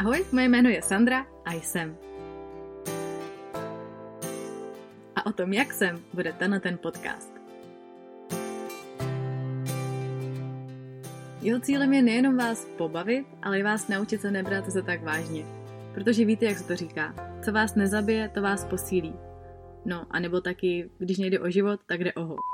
Ahoj, moje jméno je Sandra a jsem. A o tom, jak jsem, bude ten podcast. Jeho cílem je nejenom vás pobavit, ale i vás naučit se nebrat se tak vážně. Protože víte, jak se to říká. Co vás nezabije, to vás posílí. No, anebo taky, když nejde o život, tak jde o ho.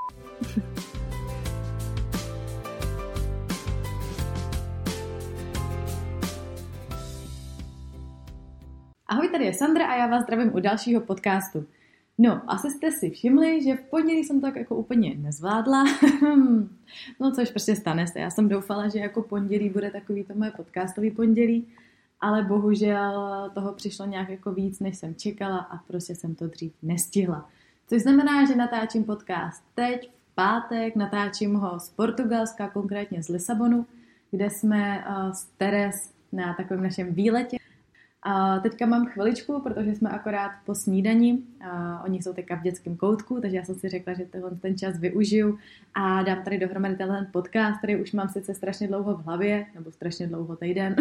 Ahoj, tady je Sandra a já vás zdravím u dalšího podcastu. No, asi jste si všimli, že v pondělí jsem to tak jako úplně nezvládla. No, což prostě stane se. Já jsem doufala, že jako pondělí bude takový to moje podcastový pondělí, ale bohužel toho přišlo nějak jako víc, než jsem čekala a prostě jsem to dřív nestihla. Což znamená, že natáčím podcast teď, v pátek, natáčím ho z Portugalska, konkrétně z Lisabonu, kde jsme s Teres na takovém našem výletě. A teďka mám chviličku, protože jsme akorát po snídani, oni jsou teďka v dětském koutku, takže já jsem si řekla, že ten čas využiju a dám tady dohromady ten podcast, který už mám sice strašně dlouho v hlavě, nebo strašně dlouho týden,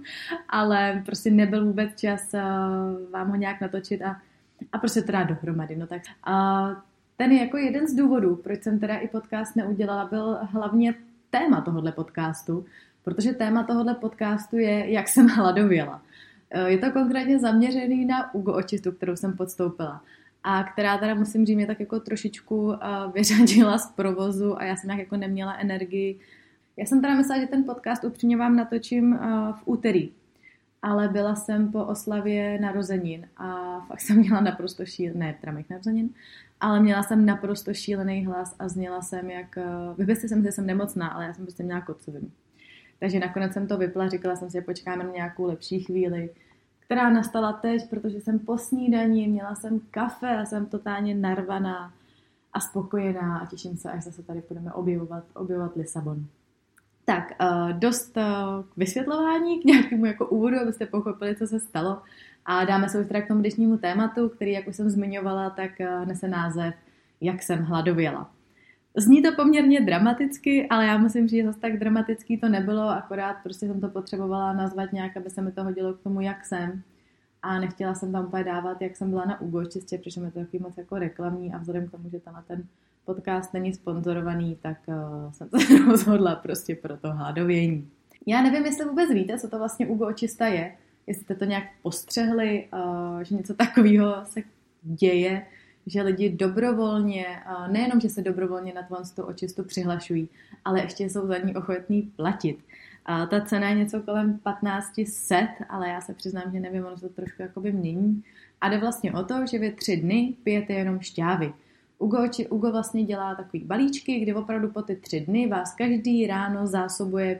ale prostě nebyl vůbec čas vám ho nějak natočit a prostě to dát dohromady. No tak. Ten je jako jeden z důvodů, proč jsem teda i podcast neudělala, byl hlavně téma tohohle podcastu, protože téma tohohle podcastu je, jak jsem hladověla. Je to konkrétně zaměřený na Ugo očistu, kterou jsem podstoupila a která teda musím říct mě tak jako trošičku vyřadila z provozu a já jsem nějak jako neměla energii. Já jsem teda myslela, že ten podcast upřímně vám natočím v úterý, ale byla jsem po oslavě narozenin a fakt jsem měla naprosto šílený, teda mých narozenin, ale měla jsem naprosto šílený hlas a zněla jsem jak, vypěstila jsem si, že jsem nemocná, ale já jsem prostě měla kocovinu. Takže nakonec jsem to vypla, říkala jsem si, že počkáme na nějakou lepší chvíli, která nastala teď, protože jsem po snídani, měla jsem kafe a jsem totálně narvaná a spokojená a těším se, až zase tady budeme objevovat Lisabon. Tak, dost k vysvětlování, k nějakému jako úvodu, abyste pochopili, co se stalo a dáme se už teda k tomu dnešnímu tématu, který, jak už jsem zmiňovala, tak nese název Jak jsem hladověla. Zní to poměrně dramaticky, ale já musím říct, že zase tak dramatický to nebylo, akorát prostě jsem to potřebovala nazvat nějak, aby se mi to hodilo k tomu, jak jsem. A nechtěla jsem tam úplně dávat, jak jsem byla na Ugo čistě, protože mi to taky moc jako reklamní a vzhledem k tomu, že ten podcast není sponzorovaný, tak jsem se rozhodla prostě pro to hladovění. Já nevím, jestli vůbec víte, co to vlastně Ugo očista je, jestli jste to nějak postřehli, že něco takového se děje, že lidi dobrovolně, nejenom, že se dobrovolně na tu očistu přihlašují, ale ještě jsou za ní ochotní platit. Ta cena je něco kolem 1500, ale já se přiznám, že nevím, ono se to trošku jakoby mění. A jde vlastně o to, že vy 3 dny pijete jenom šťávy. Ugo vlastně dělá takový balíčky, kdy opravdu po ty 3 dny vás každý ráno zásobuje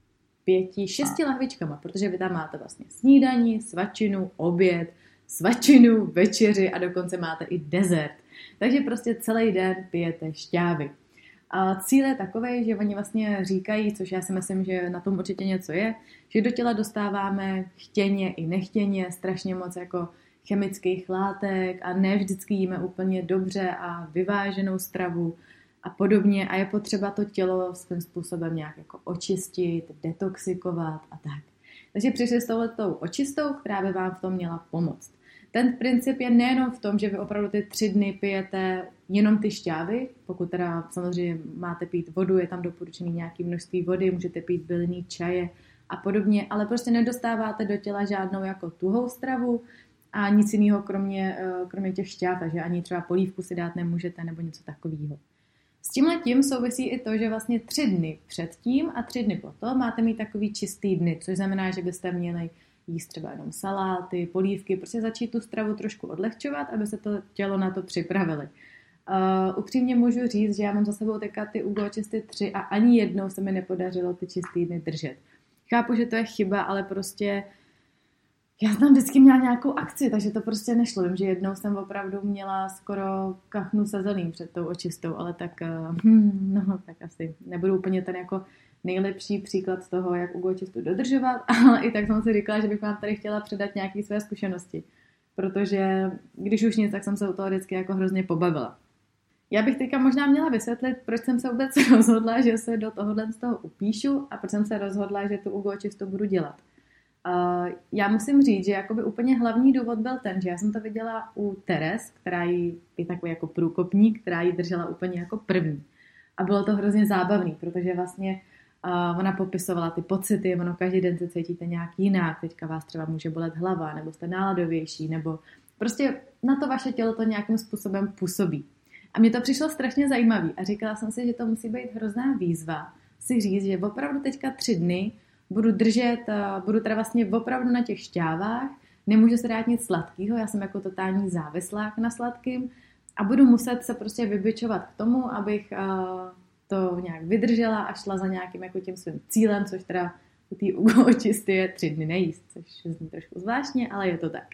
5-6 lahvičkama, protože vy tam máte vlastně snídani, svačinu, oběd, svačinu, večeři a dokonce máte i dezert. Takže prostě celý den pijete šťávy. A cíl je takovej, že oni vlastně říkají, což já si myslím, že na tom určitě něco je, že do těla dostáváme chtěně i nechtěně strašně moc jako chemických látek a ne vždycky jíme úplně dobře a vyváženou stravu a podobně a je potřeba to tělo svým způsobem nějak jako očistit, detoxikovat a tak. Takže přišli s touhletou očistou, která by vám v tom měla pomoct. Ten princip je nejenom v tom, že vy opravdu ty 3 dny pijete jenom ty šťávy, pokud teda samozřejmě máte pít vodu, je tam doporučený nějaké množství vody, můžete pít bylinný čaje a podobně, ale prostě nedostáváte do těla žádnou jako tuhou stravu a nic jiného kromě těch šťáv, takže ani třeba polívku si dát nemůžete nebo něco takového. S tímhletím souvisí i to, že vlastně 3 dny předtím a 3 dny potom máte mít takový čistý dny, což znamená, že byste měli jíst třeba jenom saláty, polívky, prostě začít tu stravu trošku odlehčovat, aby se to tělo na to připravili. Upřímně můžu říct, že já mám za sebou teďka ty Ugo čisty 3 a ani jednou se mi nepodařilo ty čistý dny držet. Chápu, že to je chyba, ale prostě já tam vždycky měla nějakou akci, takže to prostě nešlo. Vím, že jednou jsem opravdu měla skoro kachnu se zelím před tou očistou, ale tak, tak asi nebudu úplně ten jako nejlepší příklad toho, jak Ugo očistu dodržovat, ale i tak jsem si říkala, že bych vám tady chtěla předat nějaké své zkušenosti, protože když už nic, tak jsem se u toho vždycky jako hrozně pobavila. Já bych teďka možná měla vysvětlit, proč jsem se vůbec rozhodla, že se do tohohle z toho upíšu a proč jsem se rozhodla, že tu Ugo očistu budu dělat. Já musím říct, že jakoby úplně hlavní důvod byl ten, že já jsem to viděla u Teres, která je takový jako průkopník, která ji držela úplně jako první. A bylo to hrozně zábavný, protože vlastně ona popisovala ty pocity, ono každý den se cítíte nějak jinak, teďka vás třeba může bolet hlava, nebo jste náladovější, nebo prostě na to vaše tělo to nějakým způsobem působí. A mně to přišlo strašně zajímavý a říkala jsem si, že to musí být hrozná výzva si říct, že opravdu teďka 3 dny budu teda vlastně opravdu na těch šťávách, nemůžu se dát nic sladkého, já jsem jako totální závislák na sladkým a budu muset se prostě vybičovat k tomu, abych to nějak vydržela a šla za nějakým jako tím svým cílem, což teda u té očisty je 3 dny nejíst, což zní trošku zvláštně, ale je to tak.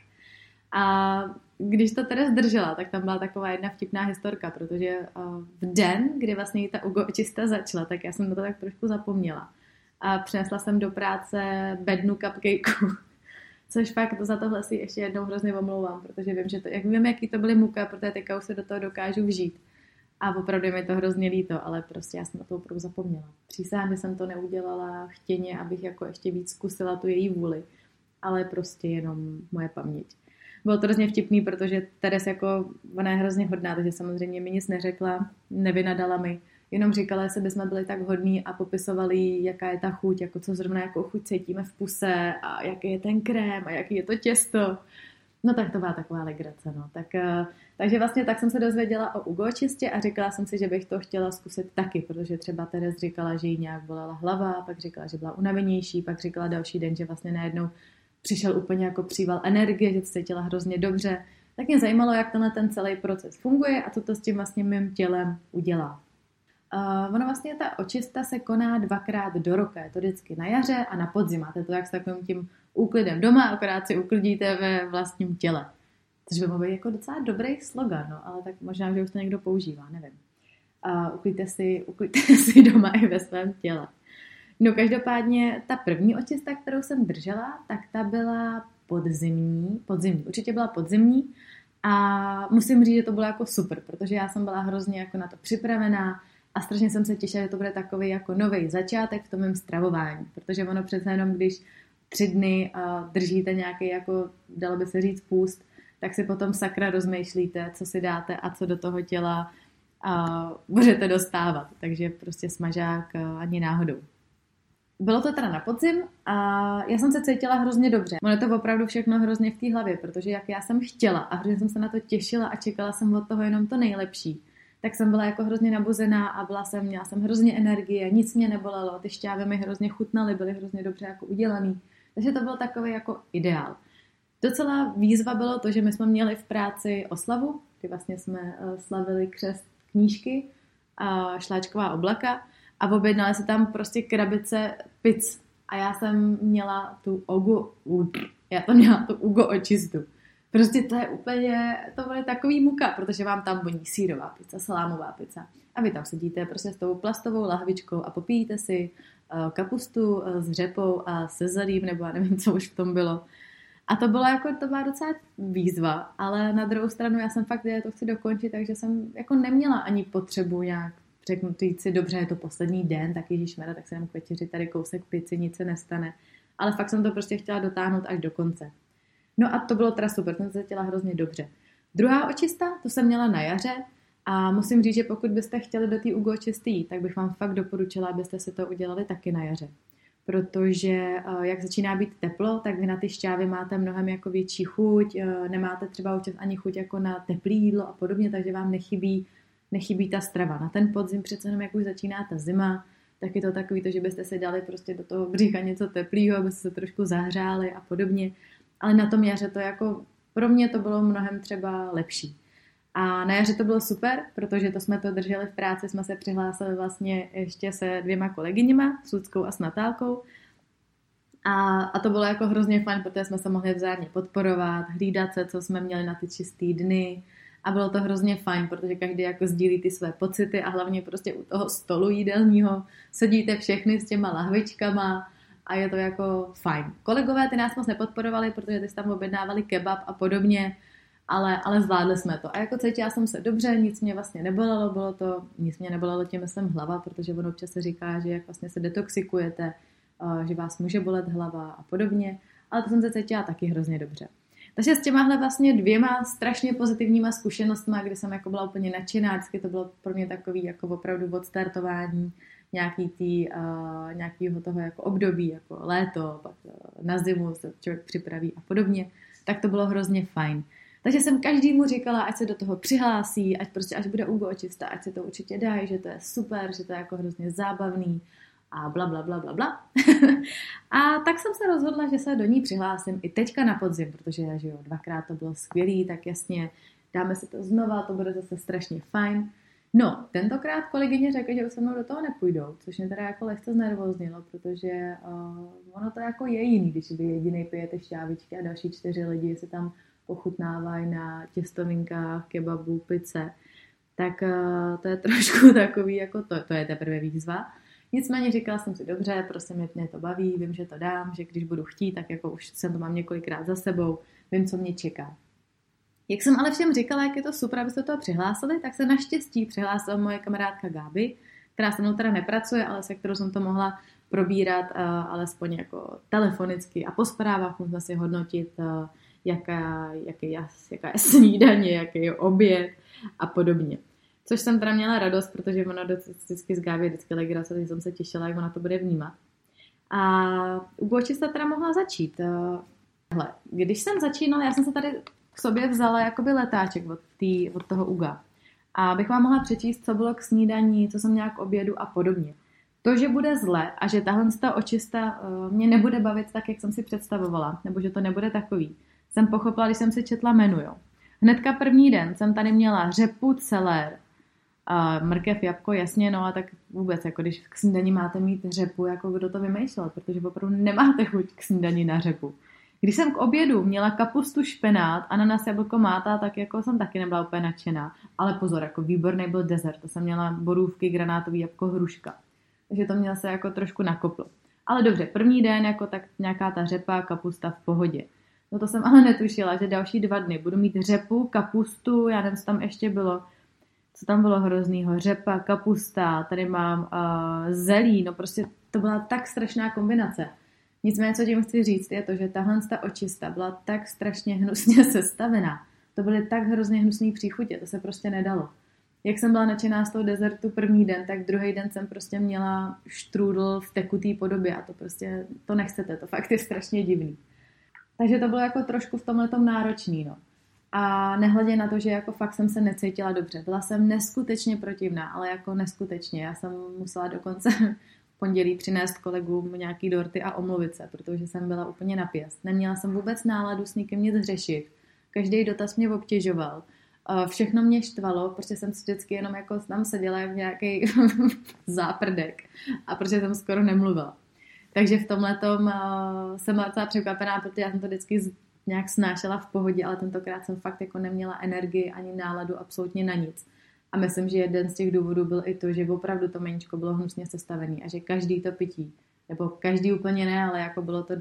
A když to teda zdržela, tak tam byla taková jedna vtipná historka, protože v den, kdy vlastně ta očista začala, tak já jsem na to tak trošku zapomněla. A přinesla jsem do práce bednu cupcakeů, což fakt za tohle si ještě jednou hrozně omlouvám, protože vím, že vím, jaký to byly muka, protože teďka už se do toho dokážu vžít. A opravdu mi to hrozně líto, ale prostě já jsem na to opravdu zapomněla. Přísahám, že jsem to neudělala chtěně, abych jako ještě víc zkusila tu její vůli, ale prostě jenom moje paměť. Bylo to hrozně vtipný, protože Teres jako, ona je hrozně hodná, takže samozřejmě mi nic neřekla, nevynadala mi, jenom říkala, jestli bychom byli tak hodní a popisovali, jaká je ta chuť, jako co zrovna jako chuť cítíme v puse a jaký je ten krém a jaký je to těsto. No tak to byla taková legrace, no. Takže vlastně tak jsem se dozvěděla o ugočistě a říkala jsem si, že bych to chtěla zkusit taky, protože třeba Teres říkala, že jí nějak bolela hlava, pak říkala, že byla unavenější, pak říkala další den, že vlastně najednou přišel úplně jako příval energie, že se cítila hrozně dobře. Tak mě zajímalo, jak ten celý proces funguje a co to s tím vlastně mým tělem udělá. Ono vlastně ta očista se koná 2krát do roka. Je to vždycky na jaře a na podzim. Máte to jak s takovým tím úklidem doma, akorát si uklidíte ve vlastním těle. Což by mohl být jako docela dobrý slogan, no, ale tak možná, že už to někdo používá, nevím. Uklidte si doma i ve svém těle. No každopádně ta první očista, kterou jsem držela, tak ta byla podzimní, určitě byla podzimní a musím říct, že to bylo jako super, protože já jsem byla hrozně jako na to připravená a strašně jsem se těšila, že to bude takový jako nový začátek v tom mém stravování, protože ono přece jenom, když 3 dny držíte nějaký jako, dalo by se říct, půst, tak si potom sakra rozmýšlíte, co si dáte a co do toho těla budete dostávat, takže prostě smažák ani náhodou. Bylo to teda na podzim a já jsem se cítila hrozně dobře. Ono je to opravdu všechno hrozně v té hlavě, protože jak já jsem chtěla a hrozně jsem se na to těšila a čekala jsem od toho jenom to nejlepší, tak jsem byla jako hrozně nabuzená a měla jsem hrozně energie, nic mě nebolelo, ty šťávy mi hrozně chutnaly, byly hrozně dobře jako udělaný. Takže to byl takový jako ideál. Docela výzva bylo to, že my jsme měli v práci oslavu, kdy vlastně jsme slavili křest knížky a Šláčková oblaka. A objednali se tam prostě krabice pizz. A já jsem měla tu ugo očistu. Prostě to bude takový muka, protože vám tam voní sýrová pizza, salámová pizza. A vy tam sedíte prostě s tou plastovou lahvičkou a popíjíte si kapustu s řepou a se zelím, nebo já nevím, co už v tom bylo. A to byla docela výzva, ale na druhou stranu já jsem fakt, že to chci dokončit, takže jsem jako neměla ani potřebu nějak řeknu si, dobře, je to poslední den, tak ježišmarja, tak se dám k večeři, tady kousek pici, nic se nestane. Ale fakt jsem to prostě chtěla dotáhnout až do konce. No a to bylo teda super, jsem se cítila hrozně dobře. Druhá očista, to jsem měla na jaře a musím říct, že pokud byste chtěli do té ugo očisty jít, tak bych vám fakt doporučila, abyste si to udělali taky na jaře. Protože jak začíná být teplo, tak vy na ty šťávy máte mnohem jako větší chuť, nemáte třeba občas ani chuť jako na teplé jídlo a podobně, takže vám nechybí ta strava. Na ten podzim přece jenom, jak už začíná ta zima, tak je to takový to, že byste si dali prostě do toho břicha něco teplého, abyste se trošku zahřáli a podobně. Ale na tom jaře to jako, pro mě to bylo mnohem třeba lepší. A na jaře to bylo super, protože jsme to drželi v práci, jsme se přihlásili vlastně ještě se 2 kolegyněma, s Luckou a s Natálkou. A to bylo jako hrozně fajn, protože jsme se mohli vzájemně podporovat, hlídat se, co jsme měli na ty čistý dny. A bylo to hrozně fajn, protože každý jako sdílí ty své pocity a hlavně prostě u toho stolu jídelního sedíte všechny s těma lahvičkama a je to jako fajn. Kolegové ty nás moc nepodporovali, protože ty tam objednávali kebab a podobně, ale zvládli jsme to. A jako cítila jsem se dobře, nic mě vlastně nebolelo, nic mě nebolelo tím myslím hlava, protože ono občas se říká, že jak vlastně se detoxikujete, že vás může bolet hlava a podobně. ale to jsem se cítila taky hrozně dobře. Takže s těmahle vlastně 2 strašně pozitivníma zkušenostmi, kdy jsem jako byla úplně nadšená, vždycky to bylo pro mě takový jako opravdu odstartování nějakého toho jako období, jako léto, pak na zimu se člověk připraví a podobně, tak to bylo hrozně fajn. Takže jsem každému říkala, ať se do toho přihlásí, až bude UGO očista, ať se to určitě dají, že to je super, že to je jako hrozně zábavný a bla, bla, bla, bla, bla. A tak jsem se rozhodla, že se do ní přihlásím i teďka na podzim, protože že jo, 2krát to bylo skvělý, tak jasně, dáme si to znova, to bude zase strašně fajn. No, tentokrát kolegyně řekla, že už se mnou do toho nepůjdou, což mě teda jako lehce znervoznilo, protože ono to jako je jiný, když vy jedinej pijete šťávičky a další 4 lidi si tam pochutnávají na těstovinkách, kebabu, pice, tak to je trošku takový, jako to je teprve výzva. Nicméně říkala jsem si, dobře, prostě mě to baví, vím, že to dám, že když budu chtít, tak jako už jsem to mám několikrát za sebou, vím, co mě čeká. Jak jsem ale všem říkala, jak je to super, abyste toho přihlásili, tak se naštěstí přihlásila moje kamarádka Gáby, která se mnou teda nepracuje, ale se kterou jsem to mohla probírat alespoň jako telefonicky a po zprávách můžeme si hodnotit, jaká je snídaně, jaký je oběd a podobně. Což jsem teda měla radost, protože ona vždycky z Gáby vždycky legrace, takže jsem se těšila, jak ona to bude vnímat. A UGO očista teda mohla začít. Když jsem začínala, já jsem se tady k sobě vzala jakoby letáček od toho UGA. A bych vám mohla přečíst, co bylo k snídaní, co jsem měla k obědu a podobně. To, že bude zle a že tahle očista mě nebude bavit tak, jak jsem si představovala, nebo že to nebude takový, jsem pochopila, když jsem si četla menu. Jo. Hnedka první den jsem tady měla řepu, celér, mrkev, jabko, jasně, no a tak vůbec, jako když k snídani máte mít řepu, jako kdo to vymýšlel, protože opravdu nemáte chuť k snídani na řepu. Když jsem k obědu měla kapustu, špenát, ananas, jablko, máta, tak jako jsem taky nebyla úplně nadšená. Ale pozor, jako výborný byl dezert, to jsem měla borůvky, granátový jabko, hruška. Takže to mě se jako trošku nakoplo. Ale dobře, první den jako tak nějaká ta řepa, kapusta v pohodě. No to jsem ale netušila, že další 2 dny budu mít řepu, kapustu, já nevím, co tam ještě bylo. Co tam bylo hroznýho? Řepa, kapusta, tady mám zelí, no prostě to byla tak strašná kombinace. Nicméně, co tím chci říct, je to, že tahle očista byla tak strašně hnusně sestavená. To byly tak hrozně hnusný příchutě, to se prostě nedalo. Jak jsem byla nadšená z toho dezertu první den, tak druhý den jsem prostě měla štrůdl v tekutý podobě a to prostě, to nechcete, to fakt je strašně divný. Takže to bylo jako trošku v tomhletom náročný, no. A nehledě na to, že jako fakt jsem se necítila dobře. Byla jsem neskutečně protivná, ale jako neskutečně. Já jsem musela dokonce v pondělí přinést kolegům nějaký dorty a omluvit se, protože jsem byla úplně na pěst. Neměla jsem vůbec náladu s nikým nic řešit. Každý dotaz mě obtěžoval. Všechno mě štvalo, protože jsem vždycky jenom jako tam seděla jak nějaký záprdek a protože jsem skoro nemluvila. Takže v tomhletom jsem byla docela překvapená, protože já jsem to vždycky nějak snášela v pohodě, ale tentokrát jsem fakt jako neměla energii ani náladu absolutně na nic. A myslím, že jeden z těch důvodů byl i to, že opravdu to meníčko bylo hnusně sestavený a že každý to pití, nebo každý úplně ne, ale jako bylo to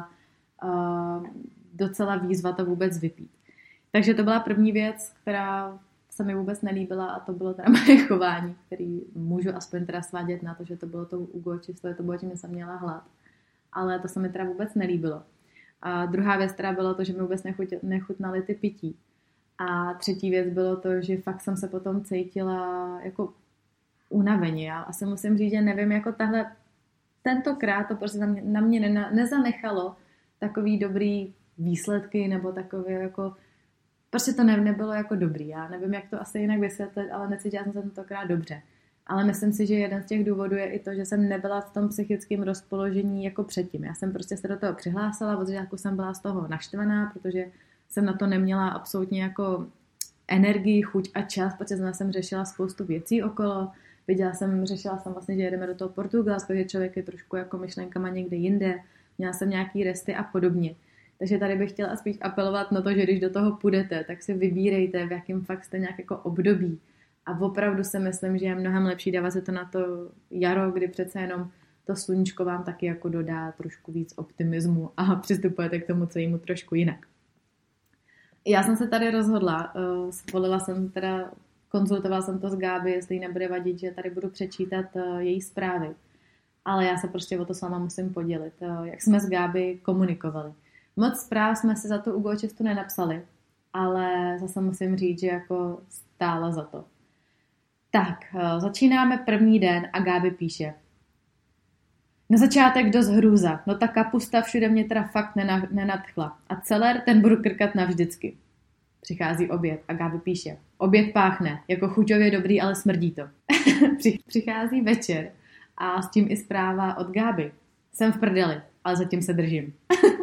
docela výzva to vůbec vypít. Takže to byla první věc, která se mi vůbec nelíbila a to bylo teda moje chování, který můžu aspoň teda svádět na to, že to bylo to UGO očisto, to bylo tím, že jsem měla hlad. Ale to se mi teda vůbec nelíbilo. A druhá věc teda bylo to, že mi vůbec nechutnaly ty pití. A třetí věc bylo to, že fakt jsem se potom cítila jako unaveně. Já asi musím říct, že nevím, jako tentokrát to prostě na mě nezanechalo takový dobrý výsledky nebo takové jako prostě to nebylo jako dobrý. Já nevím, jak to asi jinak vysvětlit, ale necítila jsem se tentokrát dobře. Ale myslím si, že jeden z těch důvodů je i to, že jsem nebyla v tom psychickém rozpoložení jako předtím. Já jsem prostě se do toho přihlásila, protože jako jsem byla z toho naštvaná, protože jsem na to neměla absolutně jako energii, chuť a čas, protože jsem řešila spoustu věcí okolo. Řešila jsem vlastně, že jedeme do toho Portugalska, že člověk je trošku jako myšlenkama někde jinde. Měla jsem nějaký resty a podobně. Takže tady bych chtěla spíš apelovat na to, že když do toho půjdete, tak si vybírejte, v jakém fakt jste nějak jako období. A opravdu si myslím, že je mnohem lepší dávat se to na to jaro, kdy přece jenom to sluníčko vám taky jako dodá trošku víc optimismu a přistupujete k tomu celému trošku jinak. Já jsem se tady rozhodla, konzultovala jsem to s Gáby, jestli jí nebude vadit, že tady budu přečítat její zprávy. Ale já se prostě o to s váma musím podělit, jak jsme s Gáby komunikovali. Moc zpráv jsme si za tu Ugo cestu nenapsali, ale zase musím říct, že jako stála za to. Tak, začínáme první den a Gáby píše. Na začátek dost hrůza, no ta kapusta všude mě teda fakt nenadchla. A celer ten budu krkat navždycky. Přichází oběd a Gáby píše. Oběd páchne, jako chuťově dobrý, ale smrdí to. Přichází večer a s tím i zpráva od Gáby. Jsem v prdeli, ale zatím se držím.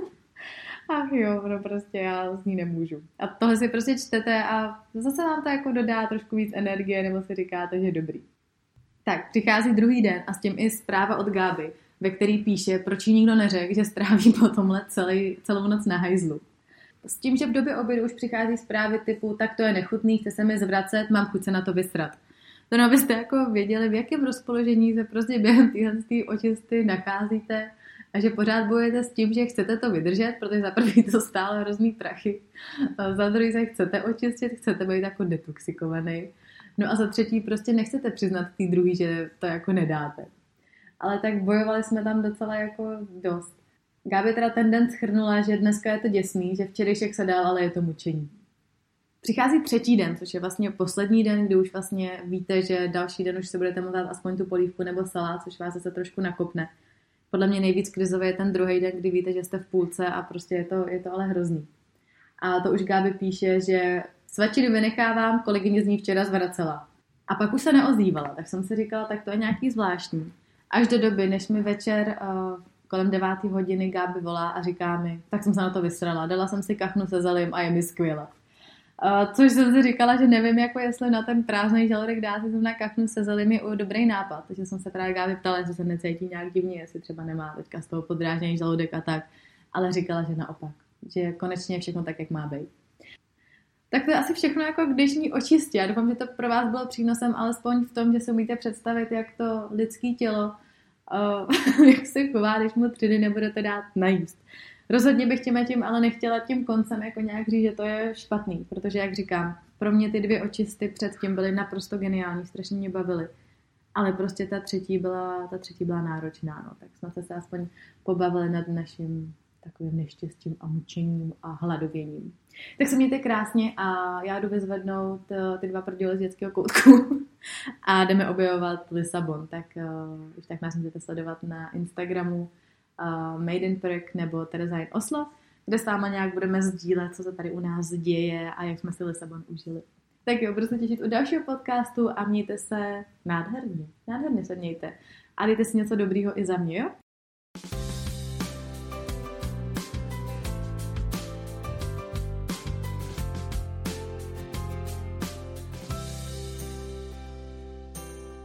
Ach jo, no prostě já z ní nemůžu. A tohle si prostě čtete a zase vám to jako dodá trošku víc energie, nebo si říkáte, že je dobrý. Tak, přichází druhý den a s tím i zpráva od Gáby, ve který píše, proč jí nikdo neřekl, že stráví po tomhle celou noc na hajzlu. S tím, že v době obědu už přichází zprávy typu, tak to je nechutný, chce se mi zvracet, mám chuť se na to vysrat. To no, abyste jako věděli, v jakém rozpoložení se prostě během téhle očisty nacházíte a že pořád bojujete s tím, že chcete to vydržet, protože za první to stále hrozný prachy, za druhý se chcete očistit, chcete být jako detoxikovaný, no a za třetí prostě nechcete přiznat tý druhý, že to jako nedáte. Ale tak bojovali jsme tam docela jako dost. Gáby teda ten den shrnula, že dneska je to děsný, že včerejšek se dál, ale je to mučení. Přichází třetí den, což je vlastně poslední den, kdy už vlastně víte, že další den už se budete motát aspoň tu polívku nebo salát, což vás zase trošku nakopne. Podle mě nejvíc krizový je ten druhý den, kdy víte, že jste v půlce a prostě je to ale hrozný. A to už Gáby píše, že svačinu vynechávám, kolegyně z ní včera zvracela. A pak už se neozývala, tak jsem si říkala, tak to je nějaký zvláštní. Až do doby, než mi večer kolem 9 hodiny Gáby volá a říká mi, tak jsem se na to vysrala, dala jsem si kachnu se zelím a je mi skvěle. Což jsem si říkala, že nevím, jako jestli na ten prázdný žaludek dát si na kachnu se zelím je dobrý nápad. Takže jsem se právě Gáby ptala, jestli se necítí nějak divně, jestli třeba nemá teďka z toho podrážděný žaludek a tak. Ale říkala, že naopak, že konečně je všechno tak, jak má být. Tak to je asi všechno jako k dnešní očistě. Já doufám, že to pro vás bylo přínosem alespoň v tom, že si umíte představit, jak to lidské tělo jak se chová, když mu 3 dny nebudete dát najíst. Rozhodně bych tím ale nechtěla tím koncem jako nějak říct, že to je špatný, protože jak říkám, pro mě ty 2 očisty předtím byly naprosto geniální, strašně mě bavily. Ale prostě ta třetí byla náročná, no. Tak snad se aspoň pobavili nad naším takovým neštěstím a mučením a hladověním. Tak se mějte krásně a já jdu vyzvednout ty 2 prdele z dětského koutku a jdeme objevovat Lisabon. Tak už tak nás můžete sledovat na Instagramu Made in Perk nebo Tereza in Oslo, kde s váma nějak budeme sdílet, co se tady u nás děje a jak jsme si Lisabon užili. Tak jo, budu se těšit u dalšího podcastu a mějte se nádherně. Nádherně se mějte. A dejte si něco dobrýho i za mě, jo?